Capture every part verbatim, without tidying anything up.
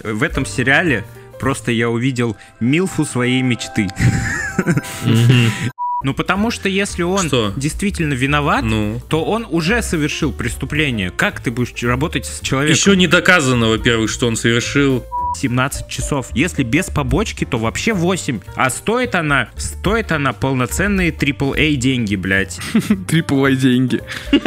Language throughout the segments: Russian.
В этом сериале просто я увидел милфу своей мечты. Ну, потому что если он что? действительно виноват, ну. то он уже совершил преступление. Как ты будешь работать с человеком? Еще не доказано, во-первых, что он совершил... семнадцать часов. Если без побочки, то вообще восемь. А стоит она, стоит она полноценные трипл эй деньги, блядь. трипл эй деньги.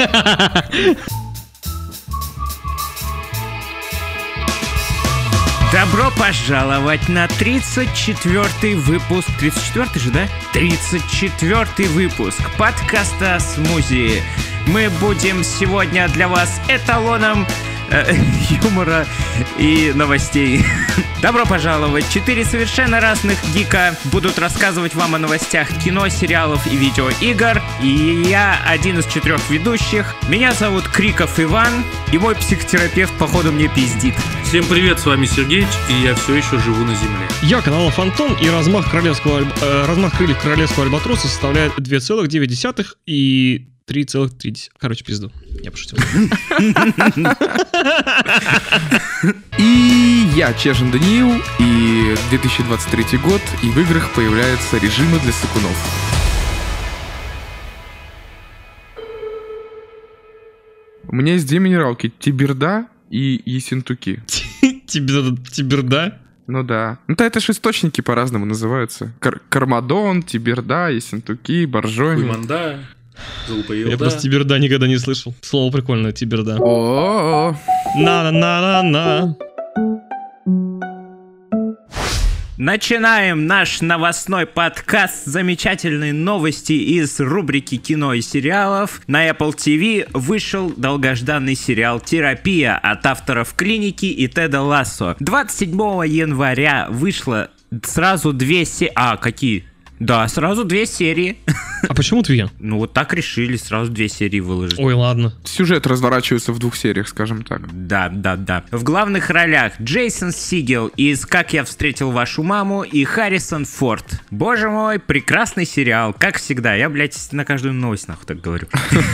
Добро пожаловать на тридцать четвёртый выпуск. тридцать четвёртый же, да? тридцать четвёртый выпуск подкаста «Смузи». Мы будем сегодня для вас эталоном э, юмора и новостей. Добро пожаловать! Четыре совершенно разных гика будут рассказывать вам о новостях кино, сериалов и видеоигр. И я один из четырех ведущих. Меня зовут Криков Иван, и мой психотерапевт, походу, мне пиздит. Всем привет, с вами Сергеич, и я все еще живу на земле. Я канал Фантом, и размах королевского э, размах крыльев королевского альбатроса составляет две целых девять десятых и три целых три десятых. Короче, пизду. Я пошутил. И я Чежин Даниил, и две тысячи двадцать третий год, и в играх появляются режимы для сыкунов. У меня есть две минералки: Тиберда и Ессентуки. Тиберда? Ну да. Ну да, это же источники по-разному называются. Кар- Кармадон, Тиберда, Ессентуки, Боржоми. Хуйманда. Я просто Тиберда никогда не слышал. Слово прикольное, Тиберда. О-о-о. На-на-на-на-на. Начинаем наш новостной подкаст. Замечательные новости из рубрики кино и сериалов. На Apple ти ви вышел долгожданный сериал «Терапия» от авторов «Клиники» и Теда Лассо. двадцать седьмого января вышло сразу две серии. А, какие? Да, сразу две серии. А почему две? Ну вот так решили, сразу две серии выложить. Ой, ладно. Сюжет разворачивается в двух сериях, скажем так. Да, да, да. В главных ролях Джейсон Сигел из «Как я встретил вашу маму» и Харрисон Форд. Боже мой, прекрасный сериал, как всегда. Я, блядь, на каждую новость нахуй так говорю.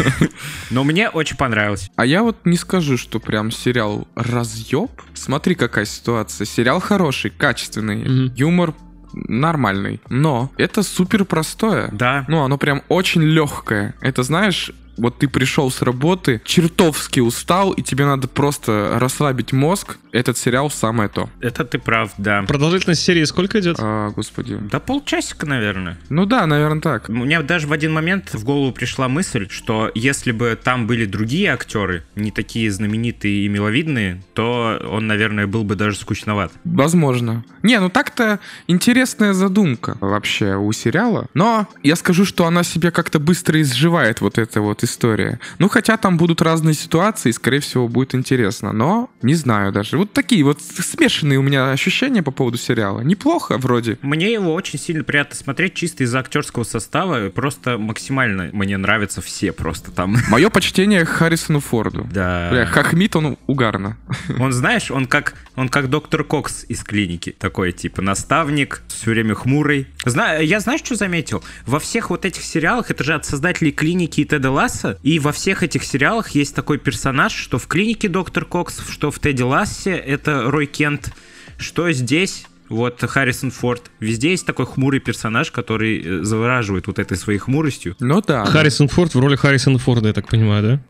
Но мне очень понравилось. А я вот не скажу, что прям сериал разъеб. Смотри, какая ситуация. Сериал хороший, качественный, юмор нормальный, но это супер простое. Да. Ну, оно прям очень легкое. Это, знаешь, вот ты пришел с работы, чертовски устал, и тебе надо просто расслабить мозг. Этот сериал самое то. Это ты прав, да. Продолжительность серии сколько идет? А, господи. Да полчасика, наверное. Ну да, наверное, так. У меня даже в один момент в голову пришла мысль, что если бы там были другие актеры, не такие знаменитые и миловидные, то он, наверное, был бы даже скучноват. Возможно. Не, ну так-то интересная задумка вообще у сериала. Но я скажу, что она себе как-то быстро изживает, вот эта вот история. Ну, хотя там будут разные ситуации, и, скорее всего, будет интересно. Но не знаю даже. Вот такие вот смешанные у меня ощущения по поводу сериала. Неплохо вроде. Мне его очень сильно приятно смотреть чисто из-за актерского состава. Просто максимально мне нравятся все просто там. Мое почтение Харрисону Форду. Да. Бля, хохмит он угарно. Он, знаешь, он как, он как доктор Кокс из «Клиники». Такой, типа, наставник, все время хмурый. Зна- я знаешь, что заметил? Во всех вот этих сериалах, это же от создателей «Клиники» и Теда Лассо, и во всех этих сериалах есть такой персонаж, что в «Клинике» доктор Кокс, что в Теде Лассе это Рой Кент, что здесь вот Харрисон Форд. Везде есть такой хмурый персонаж, который завораживает вот этой своей хмуростью. Ну да. Харрисон Форд в роли Харрисона Форда, я так понимаю, да?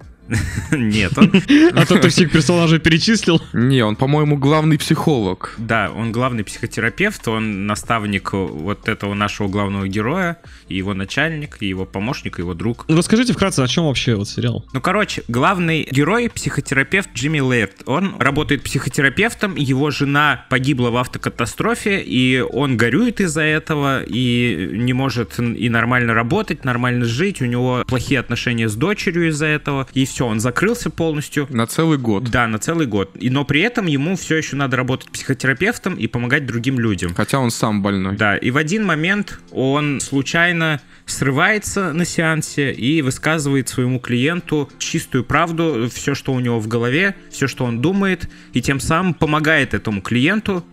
Нет, он... А то ты всех персонажей перечислил. Не, он, по-моему, главный психолог. Да, он главный психотерапевт, он наставник вот этого нашего главного героя, и его начальник, и его помощник, и его друг. Ну, расскажите вкратце, о чем вообще вот сериал? Ну, короче, главный герой — психотерапевт Джимми Лейрд. Он работает психотерапевтом, его жена погибла в автокатастрофе, и он горюет из-за этого, и не может и нормально работать, нормально жить, у него плохие отношения с дочерью из-за этого, и все. Все, он закрылся полностью. На целый год. Да, на целый год. И, но при этом ему все еще надо работать психотерапевтом и помогать другим людям. Хотя он сам больной. Да, и в один момент он случайно срывается на сеансе и высказывает своему клиенту чистую правду, все, что у него в голове, все, что он думает, и тем самым помогает этому клиенту,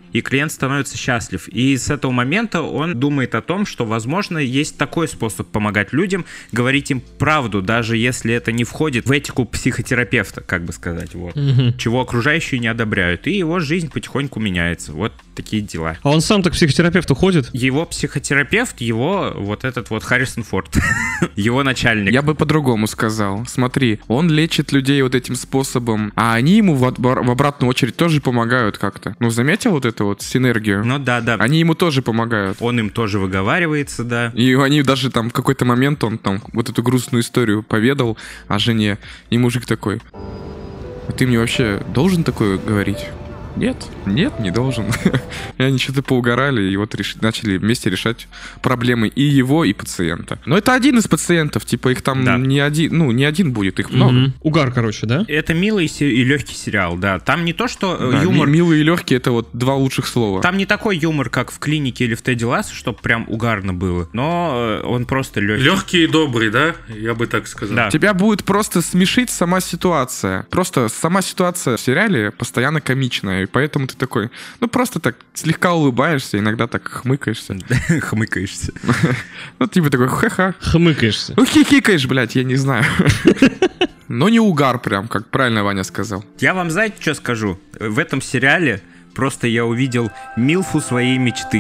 и клиент становится счастлив. И с этого момента он думает о том, что, возможно, есть такой способ помогать людям, говорить им правду, даже если это не входит в этику психотерапевта, как бы сказать, вот. Мгм. Чего окружающие не одобряют. И его жизнь потихоньку меняется. Вот такие дела. А он сам так к психотерапевту ходит? Его психотерапевт, его вот этот вот Харрисон Форд, его начальник. Я бы по-другому сказал. Смотри, он лечит людей вот этим способом, а они ему в, отбор- в обратную очередь тоже помогают как-то. Ну, заметил вот эту вот синергию? Ну да, да. Они ему тоже помогают. Он им тоже выговаривается, да. И они даже там в какой-то момент, он там вот эту грустную историю поведал о жене, и мужик такой: «А ты мне вообще должен такое говорить?» Нет, нет, не должен. И они что-то поугорали, и вот реш... начали вместе решать проблемы и его, и пациента. Но это один из пациентов, типа их там Да. не один, ну, не один будет, их много. Мгм. Угар, короче, да? Это милый се- и легкий сериал, да. Там не то, что э, Да, юмор... ми- милый и легкий — это вот два лучших слова. Там не такой юмор, как в «Клинике» или в «Тедди Лассо», чтобы прям угарно было. Но э, он просто легкий. Легкий и добрый, да? Я бы так сказал. Да. Тебя будет просто смешить сама ситуация. Просто сама ситуация в сериале постоянно комичная, и поэтому ты такой, ну, просто так слегка улыбаешься, иногда так хмыкаешься. Хмыкаешься. Ну, типа такой, ха-ха. Хмыкаешься. Ну, хихикаешь, блядь, я не знаю. Но не угар прям, как правильно Ваня сказал. Я вам, знаете, что скажу? В этом сериале просто я увидел милфу своей мечты.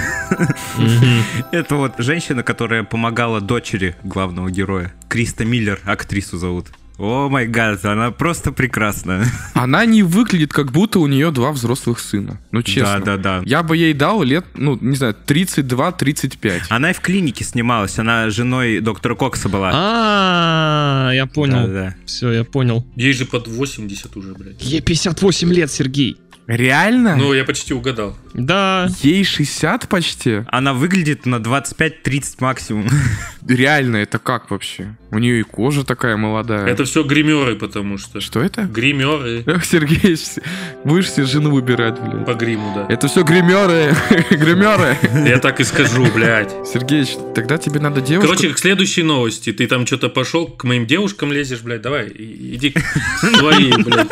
Это вот женщина, которая помогала дочери главного героя. Криста Миллер, актрису зовут. О май гад, она просто прекрасна. Она не выглядит, как будто у нее два взрослых сына. Ну, честно. Да, да, да. Я бы ей дал лет, ну, не знаю, тридцать два тридцать пять. Она и в «Клинике» снималась, она женой доктора Кокса была. А, я понял. Да-да. Все, я понял. Ей же под восемьдесят уже, блядь. Ей пятьдесят восемь лет, Сергей. Реально? Ну, я почти угадал. Да. Ей шестьдесят почти? Она выглядит на двадцать пять тридцать максимум. Реально, это как вообще? У нее и кожа такая молодая. Это все гримеры, потому что. Что это? Гримеры. Эх, Сергей, будешь себе жену выбирать, блядь. По гриму, да. Это все гримеры, гримеры. Я так и скажу, блядь. Сергеич, тогда тебе надо девушку... Короче, к следующей новости. Ты там что-то пошел, к моим девушкам лезешь, блядь. Давай, и- иди к своей, блядь.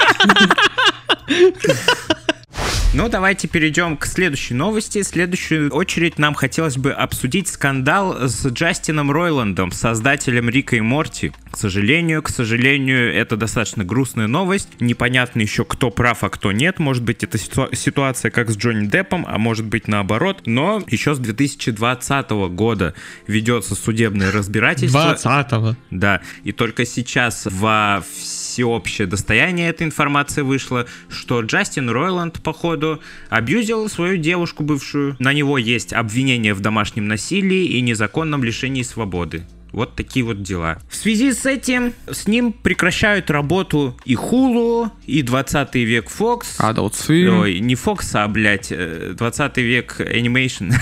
Ну, давайте перейдем к следующей новости. В следующую очередь нам хотелось бы обсудить скандал с Джастином Ройландом, создателем Рика и Морти. К сожалению, к сожалению, это достаточно грустная новость. Непонятно еще, кто прав, а кто нет. Может быть, это ситу- ситуация как с Джонни Деппом, а может быть наоборот. Но еще с две тысячи двадцатого года ведется судебное разбирательство. двадцатого. Да, и только сейчас во всеобщее достояние эта информация вышла, что Джастин Ройланд, походу, абьюзил свою девушку бывшую. На него есть обвинение в домашнем насилии и незаконном лишении свободы. Вот такие вот дела. В связи с этим с ним прекращают работу и Hulu, и двадцатый век Fox. Adult Swim. Ой, не Fox, а, блядь, э, двадцатый век Animation.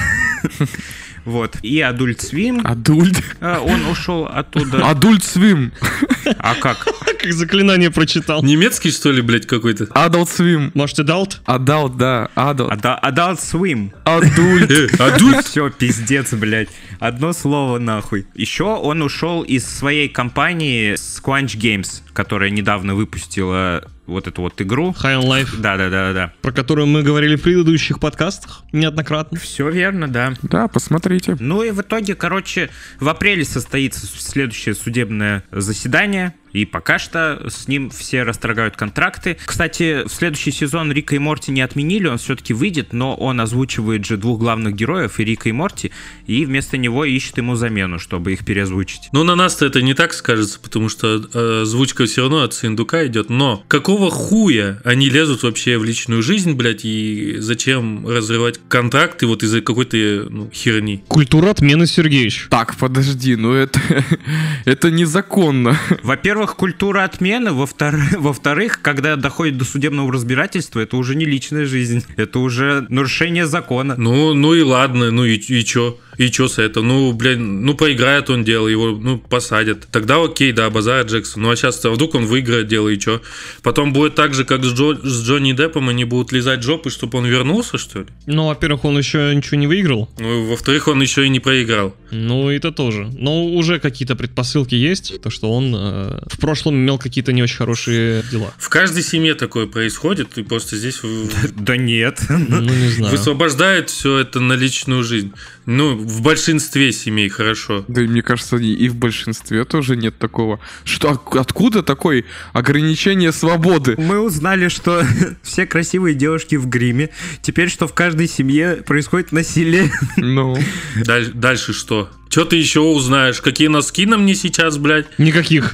Вот. И Adult Swim. Адульт. Э, Он ушел оттуда. Адульт Swim. А как? Как заклинание прочитал. Немецкий, что ли, блядь, какой-то? Adult Swim. Может, адалт? Адалт, да. Адалт. Ада- Adult Swim. Адульт. Э, адульт? Все, пиздец, блядь. Одно слово нахуй. Еще он ушел из своей компании Squanch Games, которая недавно выпустила вот эту вот игру. High on Life, Да-да-да-да. про которую мы говорили в предыдущих подкастах неоднократно. Все верно, да. Да, посмотрите. Ну и в итоге, короче, в апреле состоится следующее судебное заседание. И пока что с ним все расторгают контракты. Кстати, в следующий сезон Рика и Морти не отменили, он все-таки выйдет, но он озвучивает же двух главных героев, и Рика и Морти, и вместо него ищет ему замену, чтобы их переозвучить. Ну, на нас-то это не так скажется, потому что э, озвучка все равно от Сындука идет. Но какого хуя они лезут вообще в личную жизнь, блядь, и зачем разрывать контракты вот из-за какой-то ну, херни? Культура отмены, Сергеевич. Так, подожди, ну это... это незаконно. Во-первых, культура отмены, во-вторых, во-вторых, когда доходит до судебного разбирательства, это уже не личная жизнь, это уже нарушение закона. Ну, ну и ладно, ну и, и чё? И что с этого? Ну, блядь, ну проиграет он дело, его, ну, посадят. Тогда окей, да, базар Джексон. Ну, а сейчас вдруг он выиграет дело, и что? Потом будет так же, как с, Джо, с Джонни Деппом, они будут лизать жопы, чтобы он вернулся, что ли? Ну, во-первых, он еще ничего не выиграл. Ну, во-вторых, он еще и не проиграл. Ну, это тоже. Но уже какие-то предпосылки есть, то, что он э, в прошлом имел какие-то не очень хорошие дела. В каждой семье такое происходит, и просто здесь... Да нет. Ну, не знаю. Высвобождают все это на личную жизнь. Ну, в большинстве семей хорошо. Да и мне кажется, и в большинстве тоже нет такого. Что, откуда такое ограничение свободы? Мы узнали, что все красивые девушки в гриме. Теперь, что в каждой семье происходит насилие. Ну. Даль- дальше что? Что ты еще узнаешь? Какие носки на мне сейчас, блядь? Никаких.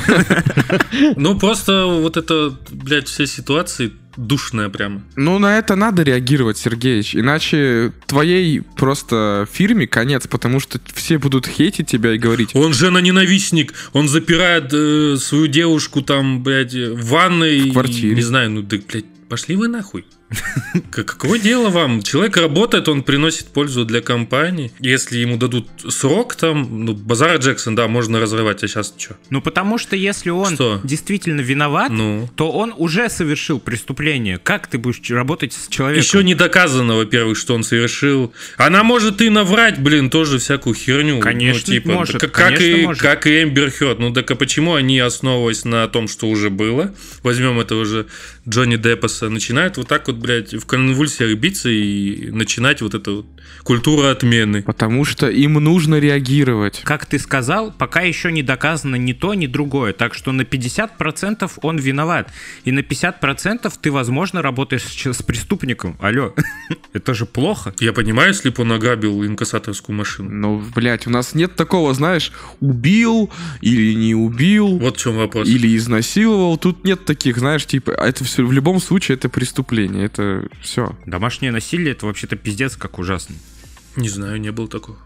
Ну, просто вот это, блядь, все ситуации душная прямо. Ну, на это надо реагировать, Сергеич. Иначе твоей просто фирме конец, потому что все будут хейтить тебя и говорить: Он жена-ненавистник, он запирает э, свою девушку там, блядь, в ванной. В квартире. И, не знаю, ну, да, блядь, пошли вы нахуй. Какое дело вам? Человек работает, он приносит пользу для компании. Если ему дадут срок там, ну, базар Джексон, да, можно разрывать, а сейчас что? Ну, потому что если он Что? действительно виноват, Ну. то он уже совершил преступление. Как ты будешь работать с человеком? Еще не доказано, во-первых, что он совершил. Она может и наврать, блин, тоже всякую херню. Конечно, ну, типа, может, как, конечно, как и, может. как и Эмбер Хёрд. Ну так а почему они, основываясь на том, что уже было, возьмем этого же Джонни Деппаса, начинают вот так вот, блядь, в конвульсиях биться и начинать вот эту вот культуру отмены. Потому что им нужно реагировать. Как ты сказал, пока еще не доказано ни то, ни другое. Так что на пятьдесят процентов он виноват. И на пятьдесят процентов ты, возможно, работаешь с, с преступником. Алло, это же плохо. Я понимаю, если бы он ограбил инкассаторскую машину. Ну, блядь, у нас нет такого, знаешь, убил или не убил, Вот в чем вопрос. или изнасиловал. Тут нет таких, знаешь, типа, это все в любом случае это преступление. Это все. Домашнее насилие — это вообще-то пиздец как ужасно. Не знаю, не было такого.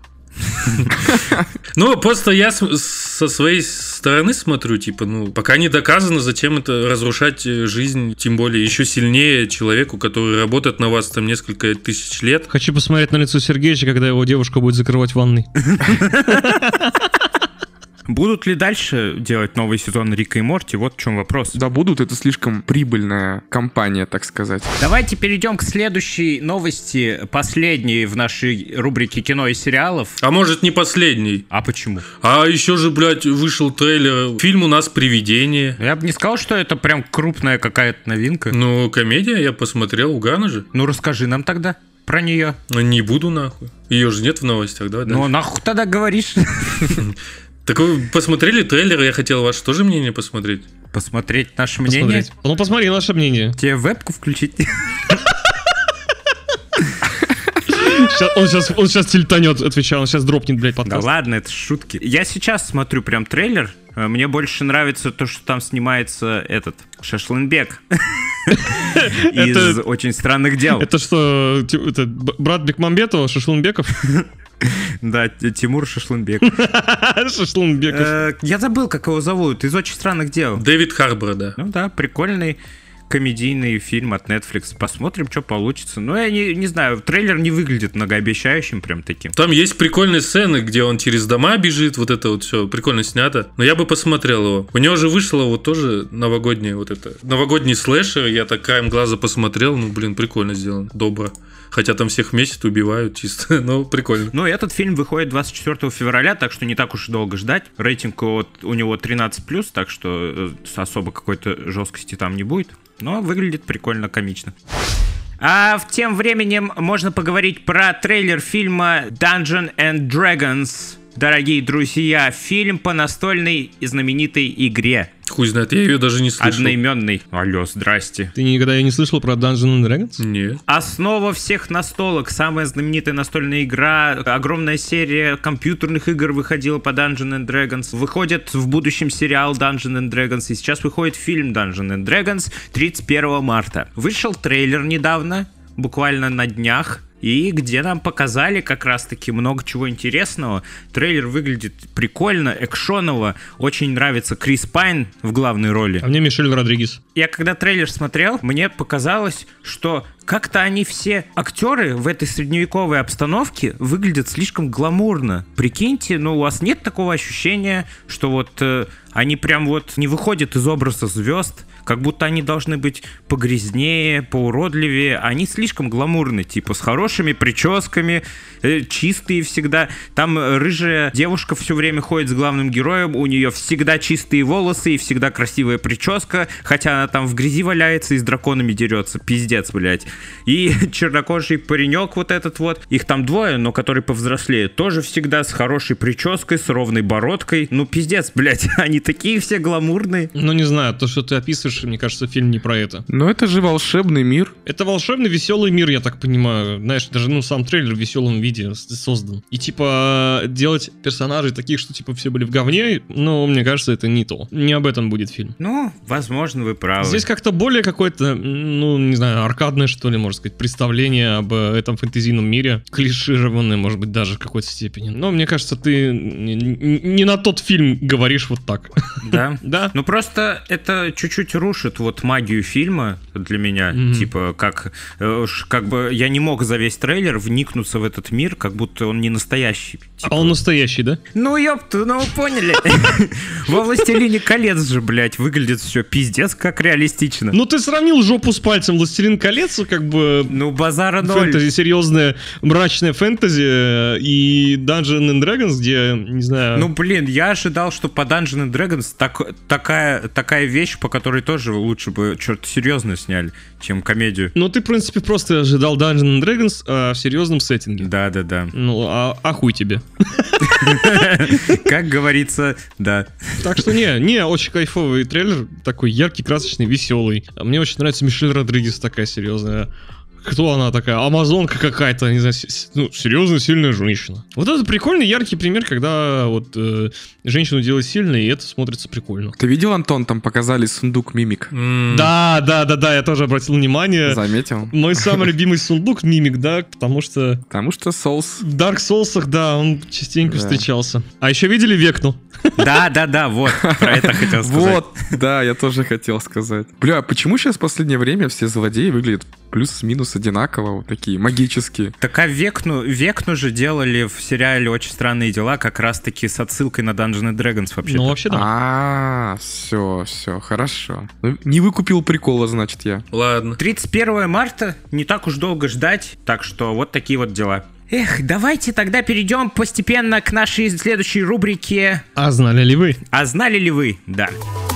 Ну, просто я с- со своей стороны смотрю, типа, ну, пока не доказано, зачем это разрушать жизнь, тем более еще сильнее человеку, который работает на вас там несколько тысяч лет. Хочу посмотреть на лицо Сергеича, когда его девушка будет закрывать в ванной. Будут ли дальше делать новый сезон Рика и Морти? Вот в чем вопрос. Да будут, это слишком прибыльная компания, так сказать. Давайте перейдем к следующей новости, последней в нашей рубрике кино и сериалов. А может, не последний. А почему? А еще же, блядь, вышел трейлер. Фильм у нас «Привидение». Я бы не сказал, что это прям крупная какая-то новинка. Ну, комедия, я посмотрел, угарно же. Ну, расскажи нам тогда про нее. Но не буду, нахуй. Ее же нет в новостях, давай Ну, дальше. нахуй тогда говоришь? Так вы посмотрели трейлер, я хотел ваше тоже мнение посмотреть. Посмотреть наше мнение. Посмотреть. Ну, посмотри наше мнение. Тебе вебку включить? Щас- он, сейчас, он сейчас тильтанет, отвечаю, он сейчас дропнет, блядь, Да подкаст. ладно, это шутки. Я сейчас смотрю прям трейлер. Э, Мне больше нравится то, что там снимается этот Шашлынбек из Это- «Очень странных дел». Это что, ти- это б- брат Бекмамбетова, Шашлынбеков? Да, Т- Тимур Шашлынбек. Шашлынбеков. Э, Я забыл, как его зовут. Из «Очень странных дел». Дэвид Харбор, да. Ну да, прикольный комедийный фильм от Netflix. Посмотрим, что получится. Ну, я не, не знаю, трейлер не выглядит многообещающим прям таким. Там есть прикольные сцены, где он через дома бежит, вот это вот все прикольно снято. Но я бы посмотрел его. У него же вышло вот тоже новогоднее вот это. Новогодний слэшер, я так краем глаза посмотрел, ну, блин, прикольно сделан, добро. Хотя там всех месяц убивают чисто, но прикольно. Ну, этот фильм выходит двадцать четвёртого февраля, так что не так уж и долго ждать. Рейтинг у, у него тринадцать плюс, так что э, особо какой-то жесткости там не будет. Но выглядит прикольно, комично. А в тем временем можно поговорить про трейлер фильма Dungeons and Dragons. Дорогие друзья, фильм по настольной и знаменитой игре. Хуй знает, я ее даже не слышал. Одноименный. Алло, здрасте. Ты никогда и не слышал про Dungeons and Dragons? Нет. Основа всех настолок, самая знаменитая настольная игра, огромная серия компьютерных игр выходила по Dungeons and Dragons. Выходит в будущем сериал Dungeons and Dragons, и сейчас выходит фильм Dungeons and Dragons тридцать первого марта. Вышел трейлер недавно, буквально на днях. и где нам показали как раз-таки много чего интересного. Трейлер выглядит прикольно, экшоново. Очень нравится Крис Пайн в главной роли. А мне Мишель Родригес. Я когда трейлер смотрел, мне показалось, что как-то они все актеры в этой средневековой обстановке выглядят слишком гламурно. Прикиньте, ну у вас нет такого ощущения, что вот э, они прям вот не выходят из образа звезд, как будто они должны быть погрязнее, поуродливее. Они слишком гламурны, типа с хорошими прическами, э, чистые всегда. Там рыжая девушка все время ходит с главным героем, у нее всегда чистые волосы и всегда красивая прическа, хотя она там в грязи валяется и с драконами дерется. Пиздец, блядь. И чернокожий паренек вот этот вот, их там двое, но который повзрослее, тоже всегда с хорошей прической, с ровной бородкой. Ну, пиздец, блядь, они такие все гламурные. Ну, не знаю, то, что ты описываешь, мне кажется, фильм не про это. Но это же волшебный мир. Это волшебный, веселый мир, я так понимаю. Знаешь, даже, ну, сам трейлер в веселом виде создан. И, типа, делать персонажей таких, что, типа, все были в говне, ну, мне кажется, это не то. Не об этом будет фильм. Ну, возможно, вы правы. Здесь как-то более какое-то, ну, не знаю, аркадное, что ли, можно сказать, представление об этом фэнтезийном мире. Клишированное, может быть, даже в какой-то степени. Но, мне кажется, ты не, не на тот фильм говоришь вот так. Да? Да. Ну, просто это чуть-чуть рушит вот магию фильма для меня. Mm-hmm. Типа, как, как бы я не мог за весь трейлер вникнуться в этот мир, как будто он не настоящий. Типа. А он настоящий, да? Ну, ёпта, ну, поняли. Во «Властелине колец» же, блядь, выглядит все пиздец как реалистично. Ну, ты сравнил жопу с пальцем «Властелин колец», как бы... Ну, базара ноль. Фэнтези, серьезная, мрачная фэнтези и Dungeons and Dragons, где, не знаю... Ну, блин, я ожидал, что по Dungeons and Dragons так, такая, такая вещь, по которой тоже лучше бы что-то серьезное сняли, чем комедию. Ну, ты, в принципе, просто ожидал Dungeons and Dragons а, в серьезном сеттинге. Да-да-да. Ну, а, а хуй тебе. Как говорится, да. Так что не, не, очень кайфовый трейлер, такой яркий, красочный, веселый. Мне очень нравится Мишель Родригес, такая серьезная. Кто она такая? Амазонка какая-то, не знаю, с, ну, серьезная, сильная женщина. Вот это прикольный, яркий пример, когда вот э, женщину делают сильной, и это смотрится прикольно. Ты видел, Антон, там показали сундук Мимик? Mm. Да, да, да, да, я тоже обратил внимание. Заметил? Мой самый любимый сундук Мимик, да, потому что... Потому что Souls... В Dark Souls'ах, да, он частенько Да. встречался. А еще видели Векну? Да-да-да, вот, про это хотел сказать. Вот, да, я тоже хотел сказать. Бля, а почему сейчас в последнее время все злодеи выглядят плюс-минус одинаково, вот такие магические? Так а Векну, Векну же делали в сериале «Очень странные дела» как раз-таки с отсылкой на Dungeons and Dragons вообще. Ну, вообще, да. А, все, все, хорошо. Ну, не выкупил прикола, значит, я. Ладно. тридцать первого марта, не так уж долго ждать, так что вот такие вот дела. Эх, давайте тогда перейдем постепенно к нашей следующей рубрике. А знали ли вы? А знали ли вы? Да.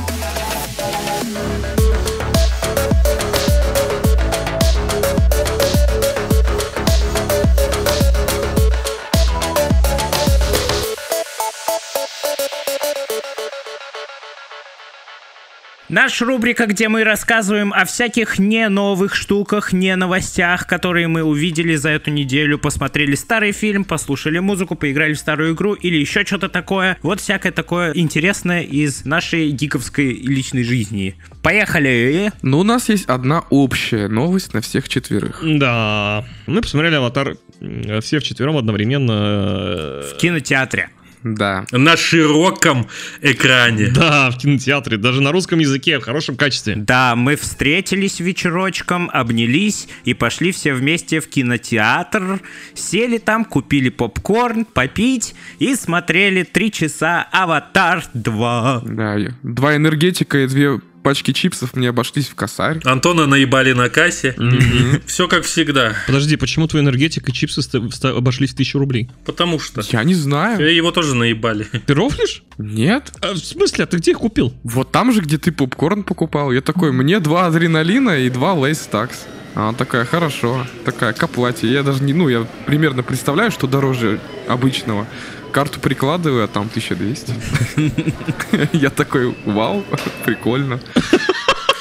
Наша рубрика, где мы рассказываем о всяких не новых штуках, не новостях, которые мы увидели за эту неделю, посмотрели старый фильм, послушали музыку, поиграли в старую игру или еще что-то такое. Вот всякое такое интересное из нашей гиковской личной жизни. Поехали! Ну, у нас есть одна общая новость на всех четверых. Да. Мы посмотрели «Аватар» э, все вчетвером одновременно. э, В кинотеатре. Да. На широком экране. Да, в кинотеатре, даже на русском языке, в хорошем качестве. Да, мы встретились вечерочком, обнялись и пошли все вместе в кинотеатр. Сели там, купили попкорн, попить и смотрели три часа «Аватар два». Да, я- два энергетика и две пачки чипсов мне обошлись в косарь. Антона наебали на кассе. Все как всегда. Подожди, почему твой энергетик и чипсы ста- ста- обошлись в тысячу рублей? Потому что. Я не знаю. Его тоже наебали. Ты рофлишь? Нет? А, в смысле, а ты где их купил? Вот там же, где ты попкорн покупал. Я такой, мне два адреналина и два лейс такс. А она такая, хорошо. Такая, к оплате. Я даже не, ну, я примерно представляю, что дороже обычного. Карту прикладываю, а там тысяча двести. Я такой, вау, прикольно.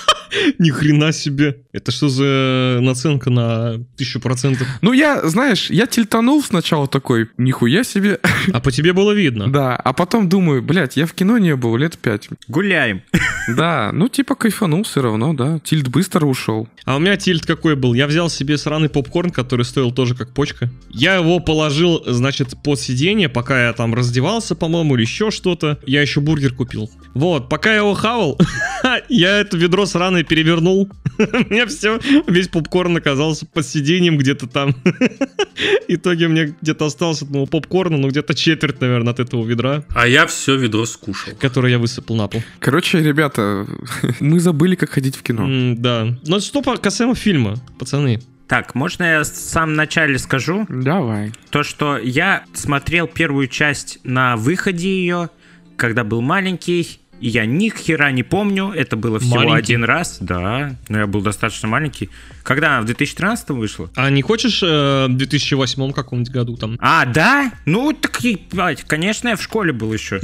Ни хрена себе. Это что за наценка на тысячу процентов? Ну, я, знаешь, я тильтанул сначала такой, нихуя себе. А по тебе было видно. Да, а потом думаю, блядь, я в кино не был лет пять. Гуляем. Да, ну типа кайфанул все равно, да. Тильт быстро ушел. А у меня тильт какой был? Я взял себе сраный попкорн, который стоил тоже как почка. Я его положил, значит, под сиденье, пока я там раздевался, по-моему, или еще что-то. Я еще бургер купил. Вот, пока я его хавал, я это ведро сраное перевернул. У меня все, весь попкорн оказался под сиденьем где-то там. В итоге мне где-то осталось от моего попкорна, ну где-то четверть, наверное, от этого ведра. А я все ведро скушал. Которое я высыпал на пол. Короче, ребята, мы забыли, как ходить в кино. М, да. Ну что по касаемо фильма, пацаны? Так, можно я в самом начале скажу? Давай. То, что я смотрел первую часть на выходе ее, когда был маленький, и я ни хера не помню, это было всего Маленький? один раз, да, но я был достаточно маленький. Когда она в две тысячи тринадцатом вышла? А не хочешь э, в две тысячи восьмом каком-нибудь году там? А, да? Ну, так, ебать, конечно, я в школе был еще.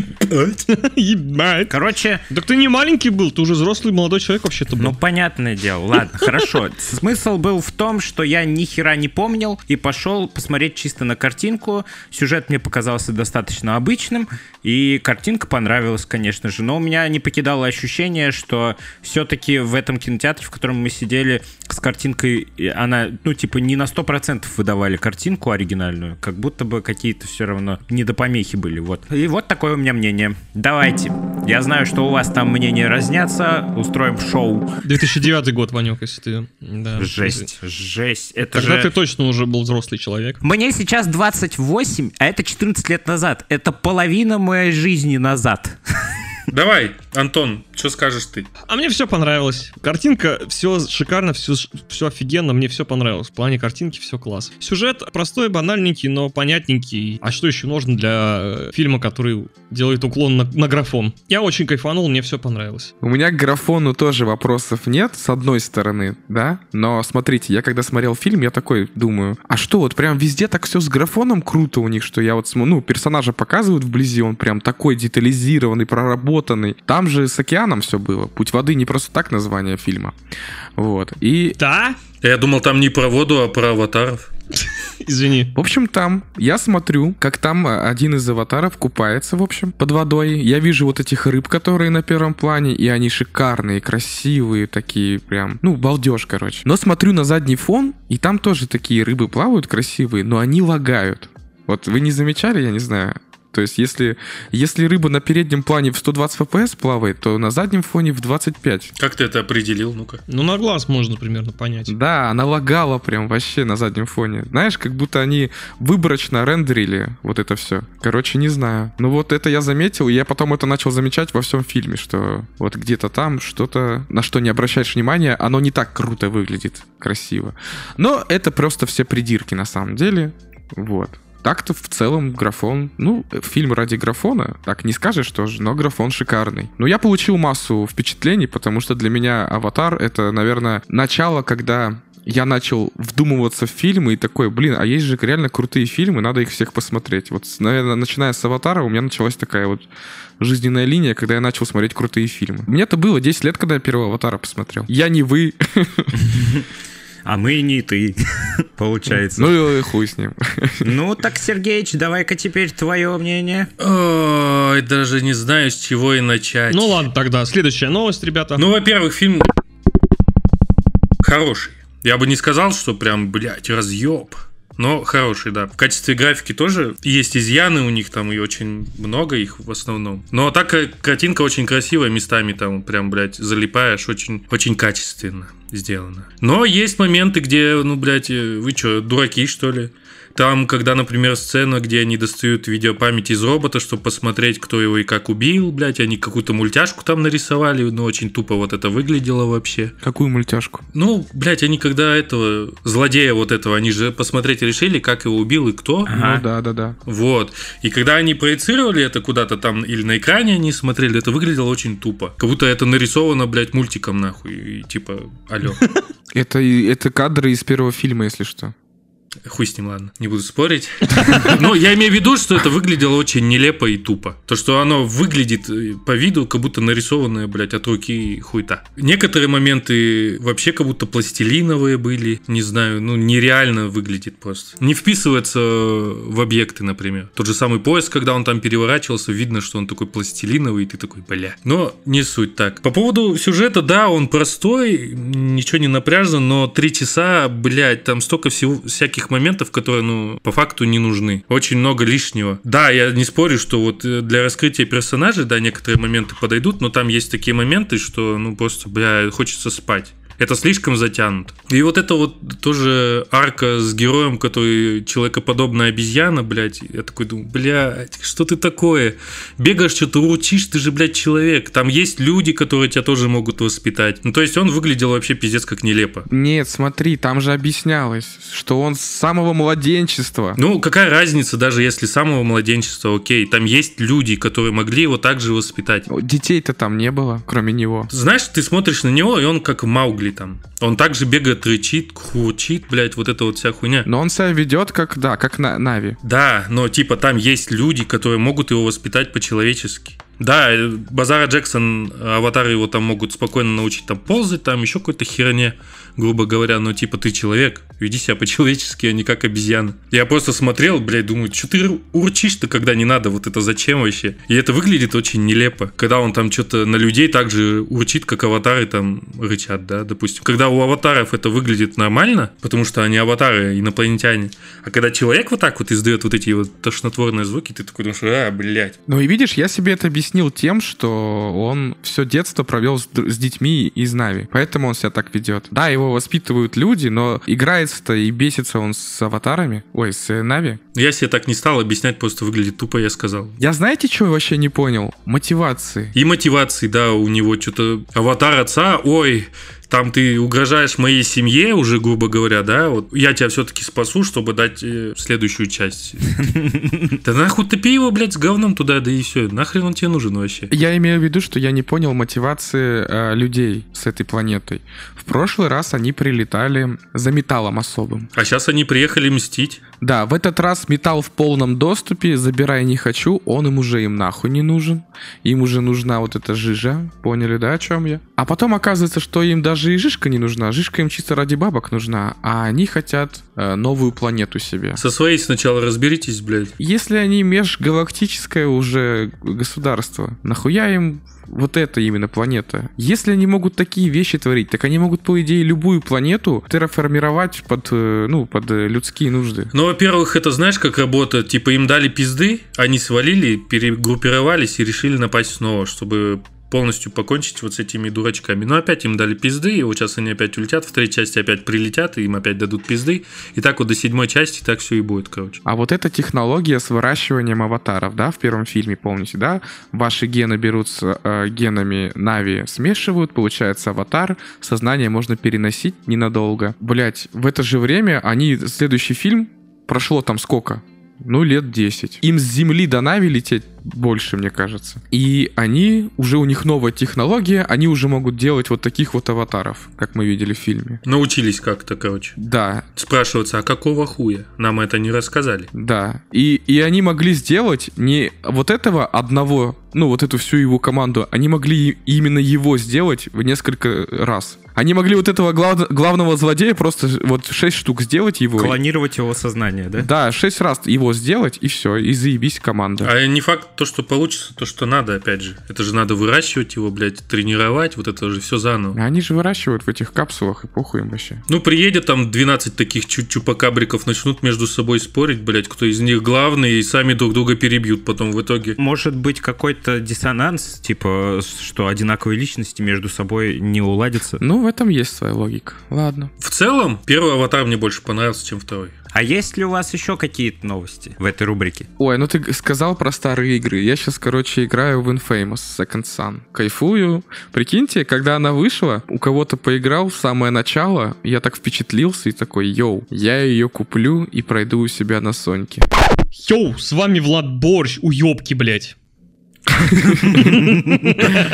Ебать. Короче, Так ты не маленький был, ты уже взрослый молодой человек вообще-то был. ну, понятное дело, ладно, хорошо. Смысл был в том, что я ни хера не помнил и пошел посмотреть чисто на картинку. Сюжет мне показался достаточно обычным, и картинка понравилась, конечно же. Но у меня не покидало ощущение, что все-таки в этом кинотеатре, в котором мы сидели, с картинкой, она, ну, типа, не на сто процентов выдавали картинку оригинальную, как будто бы какие-то все равно недопомехи были, вот. И вот такое у меня мнение. Давайте. Я знаю, что у вас там мнения разнятся, устроим шоу. две тысячи девятый год, Ванек, если ты... Да. Жесть, жесть. Это Тогда же... ты точно уже был взрослый человек. Мне сейчас двадцать восемь, а это четырнадцать лет назад. Это половина моей жизни назад. Давай, Антон, что скажешь ты? А мне все понравилось. Картинка, все шикарно, все, все офигенно, мне все понравилось. В плане картинки все класс. Сюжет простой, банальненький, но понятненький. А что еще нужно для фильма, который делает уклон на, на графон? Я очень кайфанул, мне все понравилось. У меня к графону тоже вопросов нет, с одной стороны, да? Но смотрите, я когда смотрел фильм, я такой думаю, а что, вот прям везде так все с графоном круто у них, что я вот, ну, персонажа показывают вблизи, он прям такой детализированный, проработанный. Там же с океаном все было. «Путь воды» не просто так название фильма. Вот. И... Да? Я думал, там не про воду, а про аватаров. Извини. В общем, там я смотрю, как там один из аватаров купается, в общем, под водой. Я вижу вот этих рыб, которые на первом плане, и они шикарные, красивые, такие прям, ну, балдеж, короче. Но смотрю на задний фон, и там тоже такие рыбы плавают красивые, но они лагают. Вот вы не замечали, я не знаю... То есть, если, если рыба на переднем плане в сто двадцать эф пи эс плавает, то на заднем фоне в двадцать пять. Как ты это определил? Ну-ка. Ну, на глаз можно примерно понять. Да, она лагала прям вообще на заднем фоне. Знаешь, как будто они выборочно рендерили вот это все. Короче, не знаю. Ну вот это я заметил, и я потом это начал замечать во всем фильме, что вот где-то там что-то, на что не обращаешь внимания, оно не так круто выглядит, красиво. Но это просто все придирки на самом деле. Вот. Так-то в целом графон, ну, фильм ради графона, так не скажешь тоже, но графон шикарный. Но я получил массу впечатлений, потому что для меня «Аватар» — это, наверное, начало, когда я начал вдумываться в фильмы и такой, блин, а есть же реально крутые фильмы, надо их всех посмотреть. Вот, наверное, начиная с «Аватара» у меня началась такая вот жизненная линия, когда я начал смотреть крутые фильмы. Мне-то было десять лет, когда я первого «Аватара» посмотрел. Я не вы. А мы не ты, получается. Ну и хуй с ним. Ну так, Сергеич, давай-ка теперь твое мнение. Ой, даже не знаю, с чего и начать. Ну ладно, тогда следующая новость, ребята. Ну, во-первых, фильм хороший. Я бы не сказал, что прям, блядь, разъеб. Но хороший, да. В качестве графики тоже есть изъяны у них там, и очень много их в основном. Но так картинка очень красивая, местами там прям, блядь, залипаешь, очень, очень качественно сделано. Но есть моменты, где, ну, блядь, вы что, дураки, что ли? Там, когда, например, сцена, где они достают видеопамять из робота, чтобы посмотреть, кто его и как убил, блядь, они какую-то мультяшку там нарисовали, но очень тупо вот это выглядело вообще. Какую мультяшку? Ну, блядь, они когда этого, злодея вот этого, они же посмотреть решили, как его убил и кто. Ага. Ну, да, да, да. Вот. И когда они проецировали это куда-то там, или на экране они смотрели, это выглядело очень тупо. Как будто это нарисовано, блядь, мультиком, нахуй. И типа, алё. Это, это кадры из первого фильма, если что. Хуй с ним, ладно, не буду спорить. Но я имею в виду, что это выглядело очень нелепо и тупо. То, что оно выглядит по виду, как будто нарисованное, блядь, от руки хуйта. Некоторые моменты вообще как будто пластилиновые были. Не знаю, ну нереально выглядит просто. Не вписывается в объекты, например. Тот же самый поезд, когда он там переворачивался, видно, что он такой пластилиновый, и ты такой, бля. Но не суть так. По поводу сюжета, да, он простой, ничего не напряжно, но три часа, блядь, там столько всего, всяких моментов, которые, ну, по факту не нужны. Очень много лишнего. Да, я не спорю, что вот для раскрытия персонажей, да, некоторые моменты подойдут, но там есть такие моменты, что, ну, просто, бля, хочется спать. Это слишком затянуто. И вот это вот тоже арка с героем, который человекоподобная обезьяна, блядь. Я такой думаю, блядь, что ты такое? Бегаешь, что-то урчишь, ты же, блядь, человек. Там есть люди, которые тебя тоже могут воспитать. Ну, то есть он выглядел вообще пиздец как нелепо. Нет, смотри, там же объяснялось, что он с самого младенчества. Ну, какая разница, даже если с самого младенчества, окей. Там есть люди, которые могли его также воспитать. Детей-то там не было, кроме него. Знаешь, ты смотришь на него, и он как Маугли там. Он также бегает, рычит, хурчит, блядь, вот это вот вся хуйня. Но он себя ведет как, да, как на Нави. Да, но типа там есть люди, которые могут его воспитать по-человечески. Да, Базара Джексон, аватары его там могут спокойно научить там ползать, там еще какой-то херне, грубо говоря, но типа ты человек, веди себя по-человечески, а не как обезьяна. Я просто смотрел, блядь, думаю, что ты урчишь-то, когда не надо, вот это зачем вообще? И это выглядит очень нелепо, когда он там что-то на людей также урчит, как аватары там рычат, да, допустим. Когда у аватаров это выглядит нормально, потому что они аватары, инопланетяне, а когда человек вот так вот издает вот эти вот тошнотворные звуки, ты такой думаешь, а, блядь. Ну и видишь, я себе это объяснил тем, что он все детство провел с, с детьми из Нави, поэтому он себя так ведет. Да, его воспитывают люди, но играется-то и бесится он с аватарами, ой, с Нави. Я себе так не стал объяснять, просто выглядит тупо, я сказал. Я знаете, чего вообще не понял? Мотивации. И мотивации, да, у него что-то аватар отца, ой... Там ты угрожаешь моей семье уже, грубо говоря, да? Вот я тебя все-таки спасу, чтобы дать э, следующую часть. Да нахуй топи его, блядь, с говном туда, да и все. Нахрен он тебе нужен вообще? Я имею в виду, что я не понял мотивации э, людей с этой планетой. В прошлый раз они прилетали за металлом особым. А сейчас они приехали мстить. Да, в этот раз металл в полном доступе, забирай не хочу, он им уже им нахуй не нужен. Им уже нужна вот эта жижа, поняли, да, о чем я? А потом оказывается, что им даже и жижка не нужна, жижка им чисто ради бабок нужна, а они хотят э, новую планету себе. Со своей сначала разберитесь, блядь. Если они межгалактическое уже государство, нахуя им вот эта именно планета? Если они могут такие вещи творить, так они могут, по идее, любую планету терраформировать под, ну, под людские нужды. Ну, во-первых, это знаешь, как работает? Типа им дали пизды, они свалили, перегруппировались и решили напасть снова, чтобы полностью покончить вот с этими дурачками. Но опять им дали пизды, и вот сейчас они опять улетят, в третьей части опять прилетят, и им опять дадут пизды. И так вот до седьмой части так все и будет, короче. А вот эта технология с выращиванием аватаров, да, в первом фильме, помните, да? Ваши гены берут с э, генами Нави, смешивают, получается аватар, сознание можно переносить ненадолго. Блять, в это же время они, следующий фильм, прошло там сколько? Ну, лет десять. Им с Земли до Нави лететь больше, мне кажется. И они, уже у них новая технология, они уже могут делать вот таких вот аватаров, как мы видели в фильме. Научились как-то, короче. Да. Спрашиваться, а какого хуя? Нам это не рассказали. Да. И, и они могли сделать не вот этого одного, ну, вот эту всю его команду, они могли именно его сделать в несколько раз. Они могли вот этого глав, главного злодея просто вот шесть штук сделать его. Клонировать его сознание, да? Да, шесть раз его сделать, и все, и заебись команда. А не факт то, что получится, то, что надо, опять же. Это же надо выращивать его, блядь, тренировать, вот это же все заново. Они же выращивают в этих капсулах, и похуй им вообще. Ну, приедет там двенадцать таких чупакабриков, начнут между собой спорить, блядь, кто из них главный, и сами друг друга перебьют потом в итоге. Может быть какой-то диссонанс, типа, что одинаковые личности между собой не уладятся? Ну, в этом есть своя логика. Ладно. В целом, первый аватар мне больше понравился, чем второй. А есть ли у вас еще какие-то новости в этой рубрике? Ой, ну ты сказал про старые игры. Я сейчас, короче, играю в Infamous Second Son. Кайфую. Прикиньте, когда она вышла, у кого-то поиграл в самое начало, я так впечатлился и такой, йоу, я ее куплю и пройду у себя на Соньке. Йоу, с вами Влад Борщ, уёбки, блядь.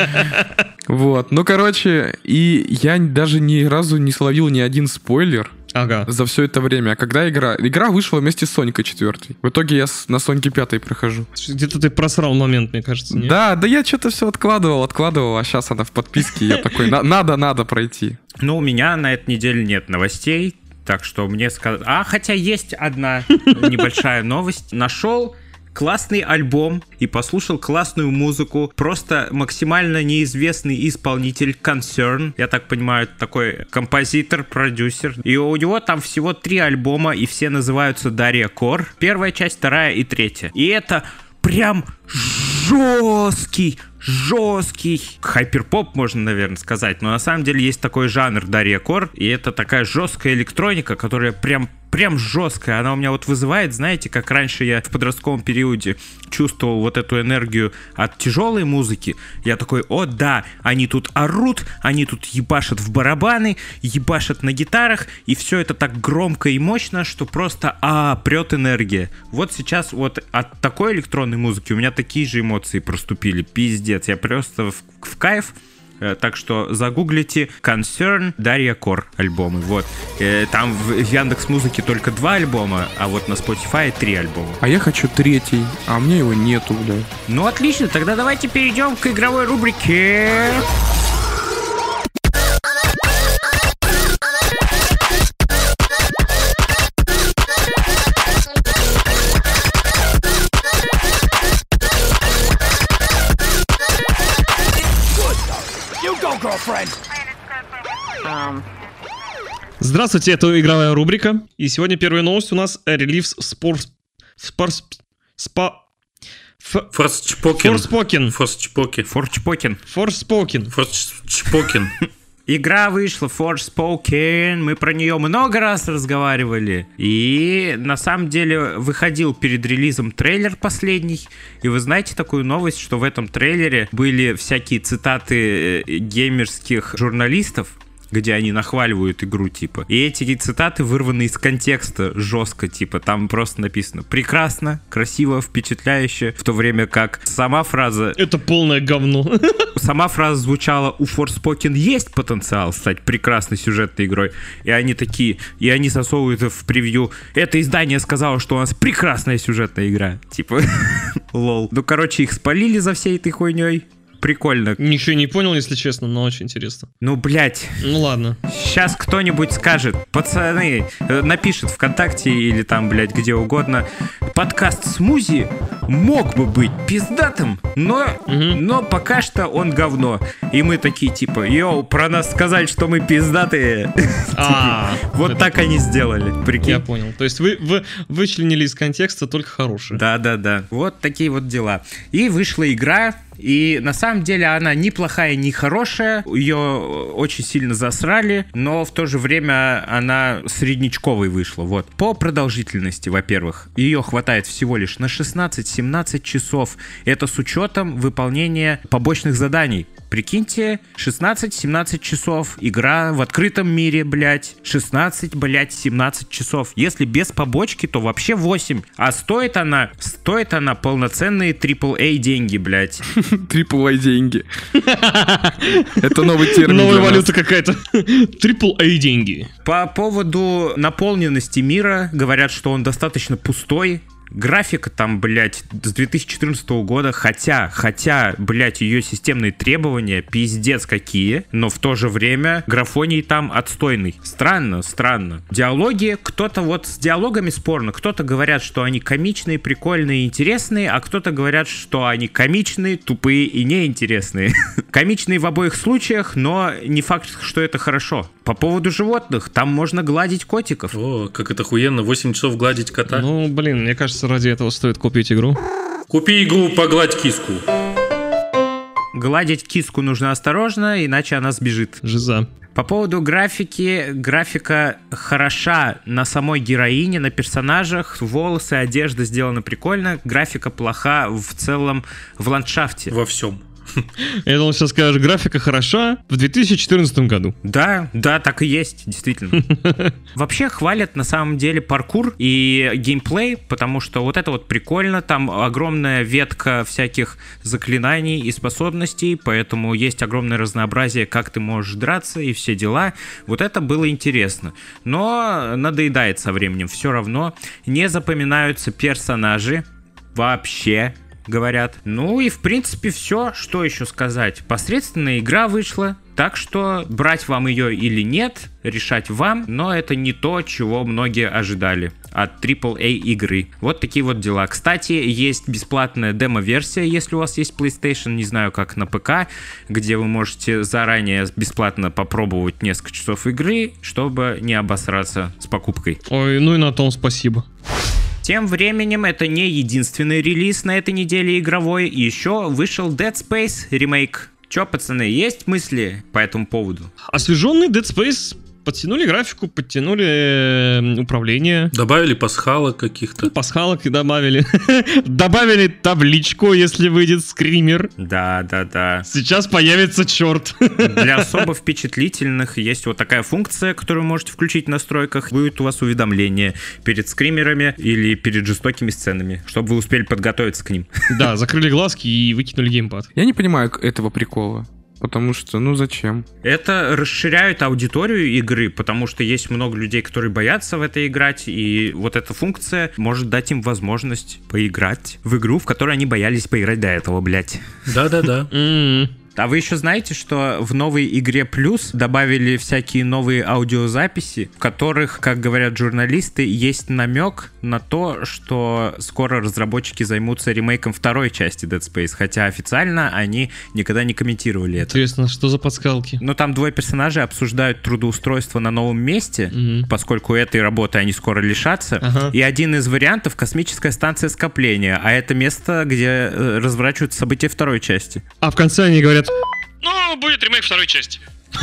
Вот, ну, короче, и я даже ни разу не словил ни один спойлер. Ага. за все это время. А когда игра? Игра вышла вместе с Сонькой четвертой. В итоге я с- на Соньке пятой прохожу. Где-то ты просрал момент, мне кажется, нет? Да, да я что-то все откладывал, откладывал, а сейчас она в подписке, и я такой, «На- надо, надо пройти. Ну, у меня на этой неделе нет новостей, так что мне сказали... А, хотя есть одна небольшая новость. Нашел классный альбом и послушал классную музыку. Просто максимально неизвестный исполнитель Concern. Я так понимаю, такой композитор, продюсер. И у него там всего три альбома, и все называются Дарья Кор. Первая часть, вторая и третья. И это прям жесткий, жесткий хайперпоп, можно, наверное, сказать. Но на самом деле есть такой жанр Дарья Кор. И это такая жесткая электроника, которая прям прям жесткая. Она у меня вот вызывает, знаете, как раньше я в подростковом периоде чувствовал вот эту энергию от тяжелой музыки. Я такой, о да, они тут орут, они тут ебашат в барабаны, ебашат на гитарах, и все это так громко и мощно, что просто, а, прет энергия. Вот сейчас вот от такой электронной музыки у меня такие же эмоции проступили. Пиздец, я просто в, в кайф. Так что загуглите Concern, Дарья Кор альбомы. Вот. Там в Яндекс.Музыке только два альбома, а вот на Spotify три альбома. А я хочу третий, а у меня его нету, бля. Ну отлично, тогда давайте перейдем к игровой рубрике. Здравствуйте, это игровая рубрика. И сегодня первая новость у нас релиз Спорс... Спорс... Спа... Форсчпокен. Форспокен. Форсчпокен. Форчпокен. Форспокен. Форсчпокен. Игра вышла, Forspoken, мы про нее много раз разговаривали. И на самом деле выходил перед релизом трейлер последний. И вы знаете такую новость, что в этом трейлере были всякие цитаты геймерских журналистов, где они нахваливают игру, типа. И эти цитаты вырваны из контекста жестко, типа. Там просто написано «прекрасно», «красиво», «впечатляюще», в то время как сама фраза... Это полное говно. Сама фраза звучала: у Forspoken есть потенциал стать прекрасной сюжетной игрой. И они такие, и они засовывают в превью: это издание сказало, что у нас прекрасная сюжетная игра. Типа, лол. Ну, короче, их спалили за всей этой хуйней. Прикольно. Ничего не понял, если честно, но очень интересно. Ну, блять. Ну ладно. Сейчас кто-нибудь скажет, пацаны, напишет ВКонтакте или там, блядь, где угодно: подкаст Смузи мог бы быть пиздатым, но, угу. но пока что он говно. И мы такие, типа, йоу, про нас сказали, что мы пиздатые. Вот так они сделали, прикинь. Я понял. То есть вы вычленили из контекста только хорошее. Да-да-да. Вот такие вот дела. И вышла игра. И на самом деле она ни плохая, ни хорошая. Ее очень сильно засрали, но в то же время она среднячковой вышла. Вот. По продолжительности, во-первых, ее хватает всего лишь на шестнадцать-семнадцать часов. Это с учетом выполнения побочных заданий. Прикиньте, шестнадцать-семнадцать часов. Игра в открытом мире, блять. шестнадцать, блять, семнадцать часов. Если без побочки, то вообще восемь. А стоит она, стоит она полноценные трипл эй деньги, блять. Трипл эй деньги. Это новый термин. Новая валюта какая-то. Трипл эй деньги. По поводу наполненности мира говорят, что он достаточно пустой. Графика там, блядь, с две тысячи четырнадцатого года, хотя, хотя, блядь, ее системные требования пиздец какие, но в то же время графоний там отстойный. Странно, странно. Диалоги, кто-то вот с диалогами спорно, кто-то говорят, что они комичные, прикольные, интересные, а кто-то говорят, что они комичные, тупые и неинтересные. Комичные в обоих случаях, но не факт, что это хорошо. По поводу животных, там можно гладить котиков. О, как это охуенно, восемь часов гладить кота. Ну, блин, мне кажется, ради этого стоит купить игру. Купи игру, погладь киску. Гладить киску нужно осторожно, иначе она сбежит. Жиза. По поводу графики, графика хороша на самой героине, на персонажах, волосы, одежда сделаны прикольно, графика плоха в целом в ландшафте. Во всем. Я думал, сейчас скажешь, графика хороша в две тысячи четырнадцатом году. Да, да, так и есть, действительно. Вообще хвалят на самом деле паркур и геймплей, потому что вот это вот прикольно, там огромная ветка всяких заклинаний и способностей, поэтому есть огромное разнообразие, как ты можешь драться и все дела. Вот это было интересно. Но надоедает со временем все равно. Не запоминаются персонажи вообще, говорят. Ну и в принципе все, что еще сказать. Посредственная игра вышла, так что брать вам ее или нет, решать вам, но это не то, чего многие ожидали от трипл эй игры. Вот такие вот дела. Кстати, есть бесплатная демо-версия, если у вас есть PlayStation, не знаю, как на ПК, где вы можете заранее бесплатно попробовать несколько часов игры, чтобы не обосраться с покупкой. Ой, ну и на том спасибо. Тем временем это не единственный релиз на этой неделе игровой, еще вышел Dead Space ремейк. Чё, пацаны, есть мысли по этому поводу? Освеженный Dead Space подтянули графику, подтянули э, управление. Добавили пасхалок каких-то. Ну, пасхалок и добавили. Добавили табличку, если выйдет скример. Да, да, да. Сейчас появится черт. Для особо впечатлительных есть вот такая функция, которую вы можете включить в настройках. Будет у вас уведомление перед скримерами или перед жестокими сценами, чтобы вы успели подготовиться к ним. Да, закрыли глазки и выкинули геймпад. Я не понимаю этого прикола. Потому что, ну зачем? Это расширяет аудиторию игры, потому что есть много людей, которые боятся в это играть, и вот эта функция может дать им возможность поиграть в игру, в которой они боялись поиграть до этого, блять. Да-да-да. А вы еще знаете, что в новой игре Плюс добавили всякие новые аудиозаписи, в которых, как говорят журналисты, есть намек на то, что скоро разработчики займутся ремейком второй части Dead Space, хотя официально они никогда не комментировали это. Интересно, что за подсказки? Но там двое персонажей обсуждают трудоустройство на новом месте, Мгм. поскольку этой работы они скоро лишатся. Ага. И один из вариантов — космическая станция скопления, а это место, где э, разворачиваются события второй части. А в конце они говорят: ну, будет ремейк второй части.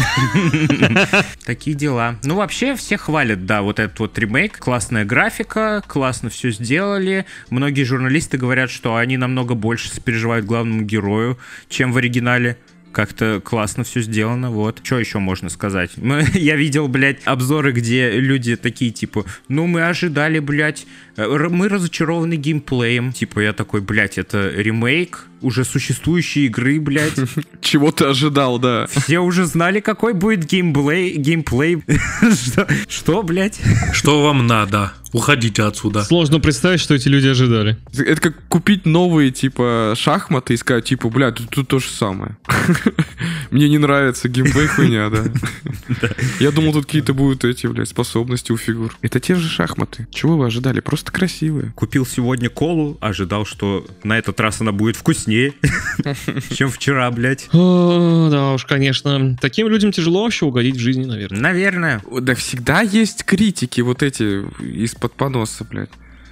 Такие дела. Ну, вообще, все хвалят, да, вот этот вот ремейк. Классная графика, классно все сделали. Многие журналисты говорят, что они намного больше сопереживают главному герою, чем в оригинале. Как-то классно все сделано, вот. Что еще можно сказать? Мы, я видел, блядь, обзоры, где люди такие, типа, ну, мы ожидали, блядь, р- мы разочарованы геймплеем. Типа, я такой, блядь, это ремейк уже существующей игры, блядь. Чего ты ожидал, да? Все уже знали, какой будет геймплей. Геймплей. Что, Что, блядь? Что вам надо? Уходите отсюда. Сложно представить, что эти люди ожидали. Это как купить новые, типа, шахматы и сказать, типа, бля, тут, тут то же самое. Мне не нравится геймплей, хуйня, да. Я думал, тут какие-то будут эти, блядь, способности у фигур. Это те же шахматы. Чего вы ожидали? Просто красивые. Купил сегодня колу, ожидал, что на этот раз она будет вкуснее, чем вчера, блядь. О, да уж, конечно. Таким людям тяжело вообще угодить в жизни, наверное. Наверное. Да всегда есть критики вот эти из-под поноса, блядь.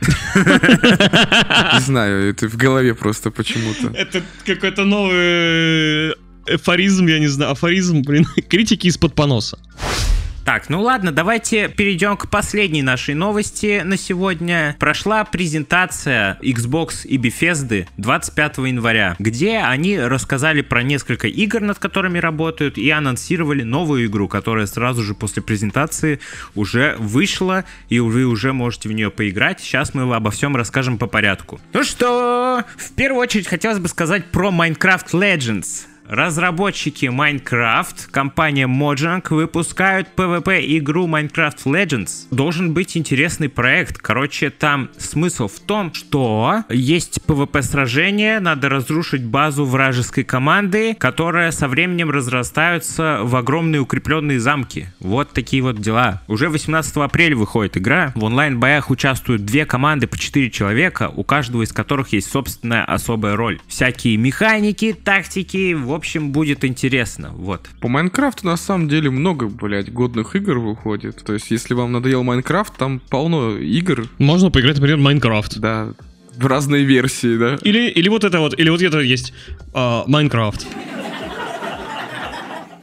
Не знаю, это в голове просто почему-то. Это какой-то новый эфоризм, я не знаю, афоризм, блин. Критики из-под поноса. Так, ну ладно, давайте перейдем к последней нашей новости на сегодня. Прошла презентация Xbox и Bethesda двадцать пятого января, где они рассказали про несколько игр, над которыми работают, и анонсировали новую игру, которая сразу же после презентации уже вышла, и вы уже можете в нее поиграть. Сейчас мы обо всем расскажем по порядку. Ну что, в первую очередь хотелось бы сказать про Minecraft Legends. Разработчики Minecraft, компания Mojang, выпускают пи ви пи-игру Minecraft Legends. Должен быть интересный проект. Короче, там смысл в том, что есть пи ви пи-сражение, надо разрушить базу вражеской команды, которая со временем разрастаются в огромные укрепленные замки. Вот такие вот дела. Уже восемнадцатого апреля выходит игра. В онлайн-боях участвуют две команды по четыре человека, у каждого из которых есть собственная особая роль. Всякие механики, тактики, в общем, будет интересно, вот. По Майнкрафту на самом деле много, блядь, годных игр выходит. То есть, если вам надоел Майнкрафт, там полно игр. Можно поиграть, например, в Майнкрафт. Да, в разные версии, да. Или, или вот это вот, или вот это есть а, Майнкрафт.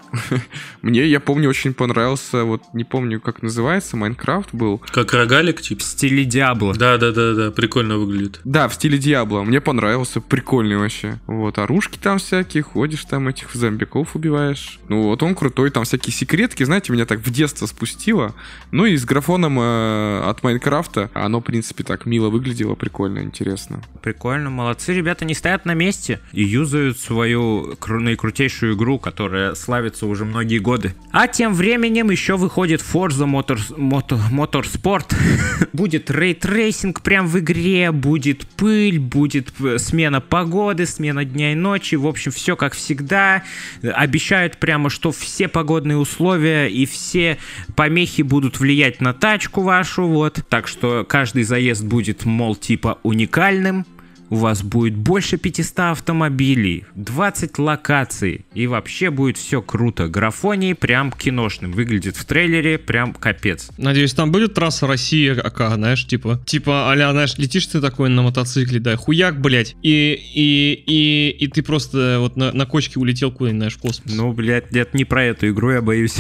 Мне, я помню, очень понравился, вот не помню, как называется, Майнкрафт был. Как рогалик, типа? В стиле Диабло. Да-да-да, прикольно выглядит. Да, в стиле Диабло. Мне понравился, прикольный вообще. Вот, оружки там всякие, ходишь там, этих зомбиков убиваешь. Ну вот он крутой, там всякие секретки, знаете, меня так в детство спустило. Ну и с графоном э, от Майнкрафта оно, в принципе, так мило выглядело, прикольно, интересно. Прикольно, молодцы, ребята не стоят на месте и юзают свою кру- наикрутейшую игру, которая славится уже многие годы. А тем временем еще выходит Forza Motors, Motor, Motorsport. Будет рейтрейсинг прям в игре, будет пыль, будет смена погоды, смена дня и ночи. В общем, все как всегда. Обещают прямо, что все погодные условия и все помехи будут влиять на тачку вашу. Вот. Так что каждый заезд будет, мол, типа уникальным. У вас будет больше пятисот автомобилей, двадцать локаций, и вообще будет все круто. Графоний прям киношным, выглядит в трейлере прям капец. Надеюсь, там будет трасса России, АК, знаешь, типа, типа, а-ля, знаешь, летишь ты такой на мотоцикле, да, хуяк, блять, и, и, и, и ты просто вот на, на кочке улетел куда-нибудь, знаешь, в космос. Ну, блядь, нет, не про эту игру, я боюсь.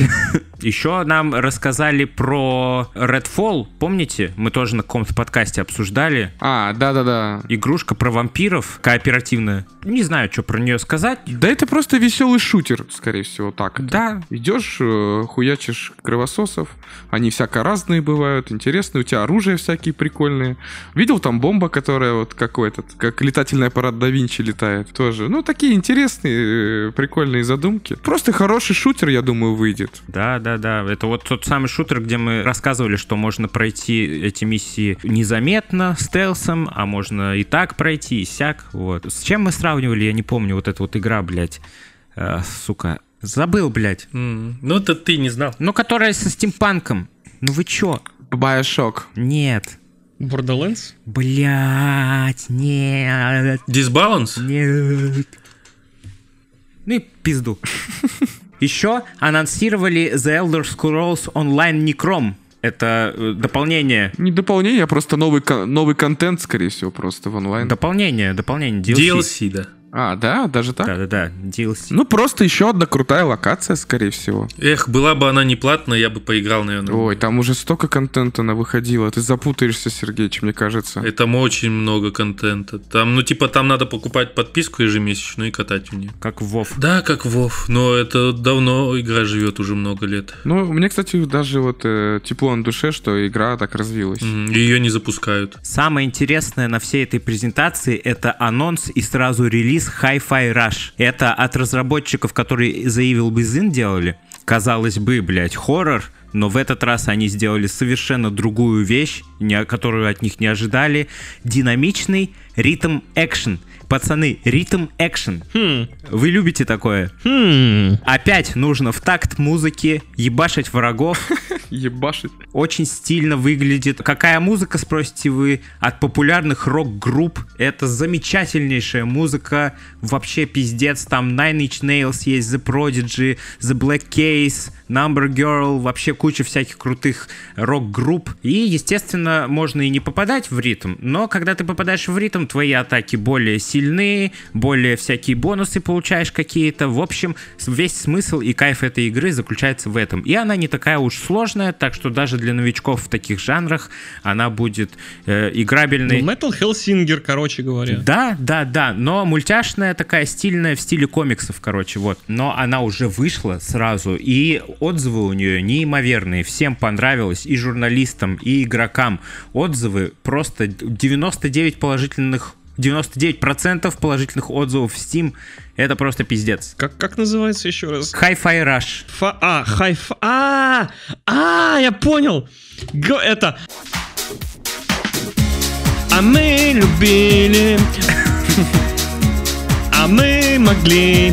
Еще нам рассказали про Redfall, помните? Мы тоже на каком-то подкасте обсуждали. А, да-да-да. Игрушка про вампиров, кооперативная. Не знаю, что про нее сказать. Да это просто веселый шутер, скорее всего, так. Да. Идешь, э, хуячишь кровососов, они всяко разные бывают, интересные, у тебя оружие всякие прикольные. Видел там бомба, которая вот как этот, как летательный аппарат да Винчи летает тоже. Ну, такие интересные, э, прикольные задумки. Просто хороший шутер, я думаю, выйдет. Да, да, да. Это вот тот самый шутер, где мы рассказывали, что можно пройти эти миссии незаметно, стелсом, а можно и так пройти, и сяк. Вот. С чем мы сравнивали, я не помню, вот эта вот игра, блядь. Э, сука. Забыл, блядь. Mm. Ну, это ты не знал. Ну, которая со стимпанком. Ну вы чё? Bioshock. Нет. Borderlands? Блядь, нет. Дисбаланс? Нет. Ну и пизду. Еще анонсировали The Elder Scrolls Online Necrom. Это э, дополнение. Не дополнение, а просто новый, новый контент, скорее всего, просто в онлайн. Дополнение, дополнение. ди эл си. ди эл си, да. А, да? Даже так? Да-да-да, ди эл си. Ну, просто еще одна крутая локация, скорее всего. Эх, была бы она не платная, я бы поиграл, наверное. Ой, там уже столько контента навыходило. Ты запутаешься, Сергеич, мне кажется. И там очень много контента. Там, ну, типа, там надо покупать подписку ежемесячную и катать в нее. Как в Вов. Да, как Вов, но это давно игра живет, уже много лет. Ну, мне, кстати, даже вот э, тепло на душе, что игра так развилась. Mm, ее не запускают. Самое интересное на всей этой презентации — это анонс и сразу релиз Hi-Fi Rush. Это от разработчиков, которые The Evil Within делали. Казалось бы, блядь, хоррор, но в этот раз они сделали совершенно другую вещь, не, которую от них не ожидали. Динамичный ритм-экшен. Пацаны, ритм-экшен. Хм. Вы любите такое? Хм. Опять нужно в такт музыки ебашить врагов. Ебашить. Очень стильно выглядит. Какая музыка, спросите вы? От популярных рок-групп. Это замечательнейшая музыка. Вообще пиздец. Там Nine Inch Nails есть, The Prodigy, The Black Keys, Number Girl. Вообще куча всяких крутых рок-групп. И, естественно, можно и не попадать в ритм. Но когда ты попадаешь в ритм, твои атаки более сильные, более всякие бонусы получаешь какие-то. В общем, весь смысл и кайф этой игры заключается в этом. И она не такая уж сложная, так что даже для новичков в таких жанрах она будет э, играбельной. Ну, Metal Hellsinger, короче говоря. Да, да, да, но мультяшная такая, стильная, в стиле комиксов, короче, вот. Но она уже вышла сразу, и отзывы у нее неимоверные. Всем понравилось, и журналистам, и игрокам. Отзывы просто девяносто девять положительных девяносто девять процентов положительных отзывов в Steam. Это просто пиздец. Как, как называется еще раз? Hi-Fi Rush. Фа, а, Hi-Fi. А, а, я понял. Го, это. А мы любили. А мы могли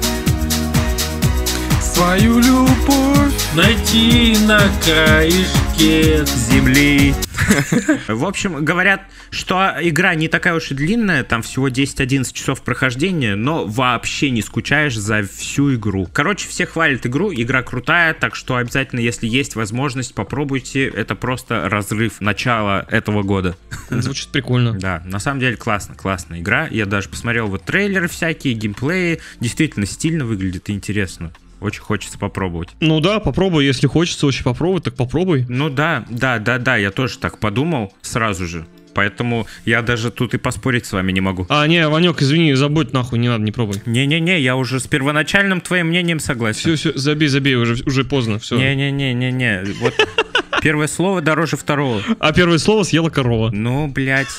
свою любовь найти на краешке земли. В общем, говорят, что игра не такая уж и длинная, там всего десять-одиннадцать часов прохождения, но вообще не скучаешь за всю игру. Короче, все хвалят игру, игра крутая, так что обязательно, если есть возможность, попробуйте. Это просто разрыв начала этого года. Звучит прикольно. Да, на самом деле классно, классная игра. Я даже посмотрел вот трейлеры всякие, геймплеи. Действительно стильно выглядит и интересно. Очень хочется попробовать. Ну да, попробуй, если хочется очень попробовать, так попробуй. Ну да, да, да, да, я тоже так подумал сразу же. Поэтому я даже тут и поспорить с вами не могу. А, не, Ванек, извини, забудь нахуй, не надо, не пробуй. Не-не-не, я уже с первоначальным твоим мнением согласен. Все, все, забей, забей, уже, уже поздно, все. Не-не-не-не-не, вот первое слово дороже второго. А первое слово съела корова. Ну, блядь.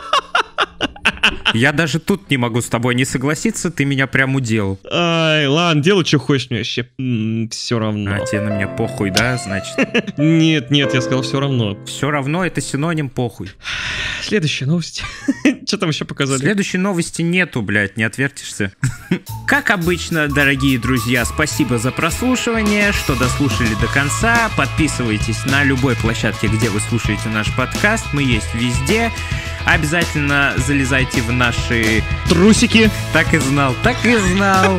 Я даже тут не могу с тобой не согласиться, ты меня прям удел. Ай, ладно, делай, что хочешь, мне вообще м-м, все равно. А тебе на меня похуй, да, значит? Нет, нет, я сказал все равно. Все равно это синоним похуй. Следующая новость. Что там еще показали? Следующей новости нету, блядь, не отвертишься. Как обычно, дорогие друзья, спасибо за прослушивание, что дослушали до конца. Подписывайтесь на любой площадке, где вы слушаете наш подкаст. Мы есть везде. Обязательно залезайте в наши... Трусики. Так и знал, так и знал.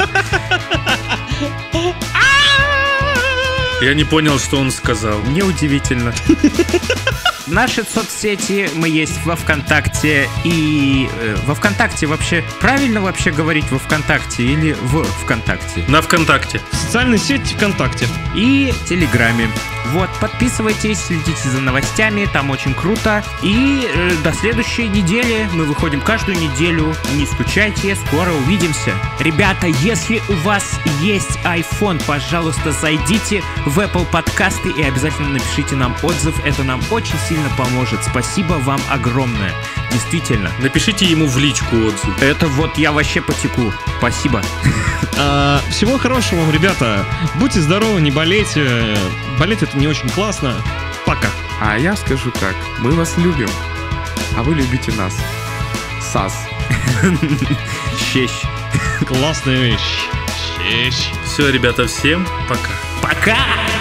Я не понял, что он сказал. Неудивительно. Наши соцсети, мы есть во ВКонтакте и... Э, во ВКонтакте вообще... Правильно вообще говорить во ВКонтакте или в ВКонтакте? На ВКонтакте. Социальная сеть ВКонтакте. И Телеграме. Вот, подписывайтесь, следите за новостями, там очень круто. И э, до следующей недели. Мы выходим каждую неделю. Не скучайте, скоро увидимся. Ребята, если у вас есть iPhone, пожалуйста, зайдите в Apple подкасты и обязательно напишите нам отзыв. Это нам очень сильно поможет. Спасибо вам огромное. Действительно. Напишите ему в личку отзыв. Это вот я вообще потеку. Спасибо. А, всего хорошего вам, ребята. Будьте здоровы, не болейте. Болеть это не очень классно. Пока. А я скажу так. Мы вас любим, а вы любите нас. Сас. Щещ. Классная вещь. Щещ. Все, ребята, всем пока. Пока!